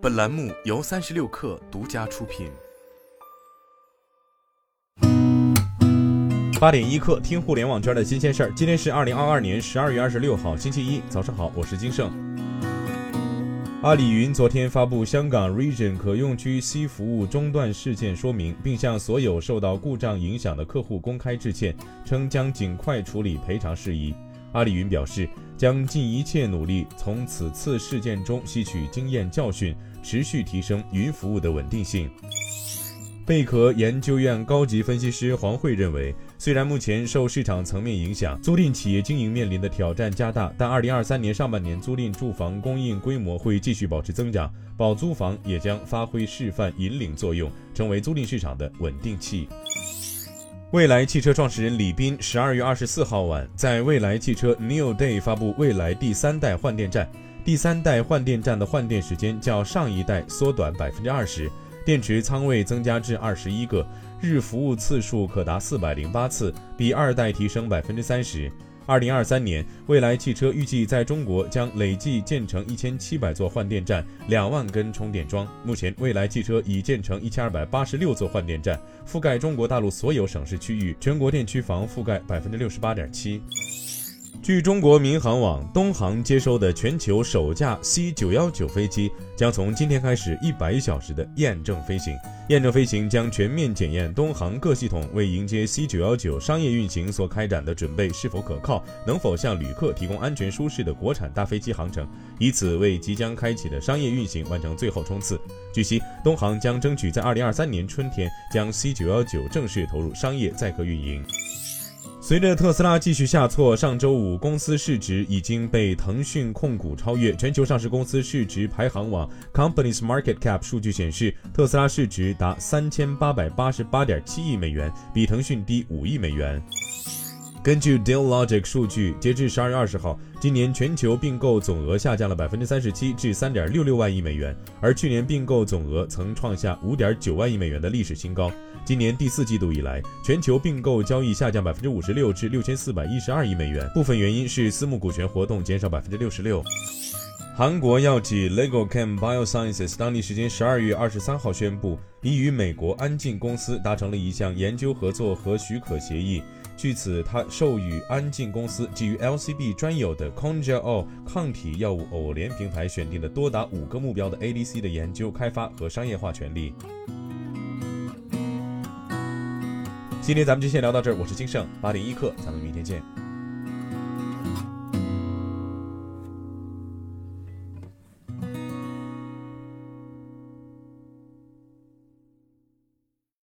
本栏目由36氪独家出品。 8点1刻，听互联网圈的新鲜事儿。今天是2022年12月26号，星期一，早上好，我是金盛。阿里云昨天发布香港 Region 可用区 C 服务中断事件说明，并向所有受到故障影响的客户公开致歉，称将尽快处理赔偿事宜。阿里云表示，将尽一切努力从此次事件中吸取经验教训，持续提升云服务的稳定性。贝壳研究院高级分析师黄慧认为，虽然目前受市场层面影响，租赁企业经营面临的挑战加大，但2023年上半年租赁住房供应规模会继续保持增长，保租房也将发挥示范引领作用，成为租赁市场的稳定器。蔚来汽车创始人李斌12月24号晚在蔚来汽车 Neo Day 发布蔚来第3代换电站。第3代换电站的换电时间较上一代缩短 20%， 电池仓位增加至21个，日服务次数可达408次，比2代提升 30%。2023年，蔚来汽车预计在中国将累计建成1700座换电站，2万根充电桩。目前，蔚来汽车已建成1286座换电站，覆盖中国大陆所有省市区域，全国电区房覆盖 68.7%。据中国民航网，东航接收的全球首架 C919 飞机将从今天开始100小时的验证飞行。验证飞行将全面检验东航各系统为迎接 C919 商业运行所开展的准备是否可靠，能否向旅客提供安全舒适的国产大飞机航程，以此为即将开启的商业运行完成最后冲刺。据悉，东航将争取在2023年春天将 C919 正式投入商业载客运营。随着特斯拉继续下挫，上周五公司市值已经被腾讯控股超越。全球上市公司市值排行网 Companies Market Cap 数据显示，特斯拉市值达3888.7亿美元，比腾讯低5亿美元。根据 Dealogic 数据，截至12月20号，今年全球并购总额下降了 37% 至 3.66 万亿美元，而去年并购总额曾创下 5.9 万亿美元的历史新高。今年第4季度以来，全球并购交易下降 56% 至6412亿美元，部分原因是私募股权活动减少 66%。韩国药企 LegoChem Biosciences 当地时间12月23号宣布，已与美国安进公司达成了一项研究合作和许可协议。据此，他授予安进公司基于 LCB 专有的 Congeal 抗体药物偶联平台选定的多达5个目标的 ADC 的研究、开发和商业化权利。今天咱们就先聊到这儿，我是金盛，8点1刻，咱们明天见。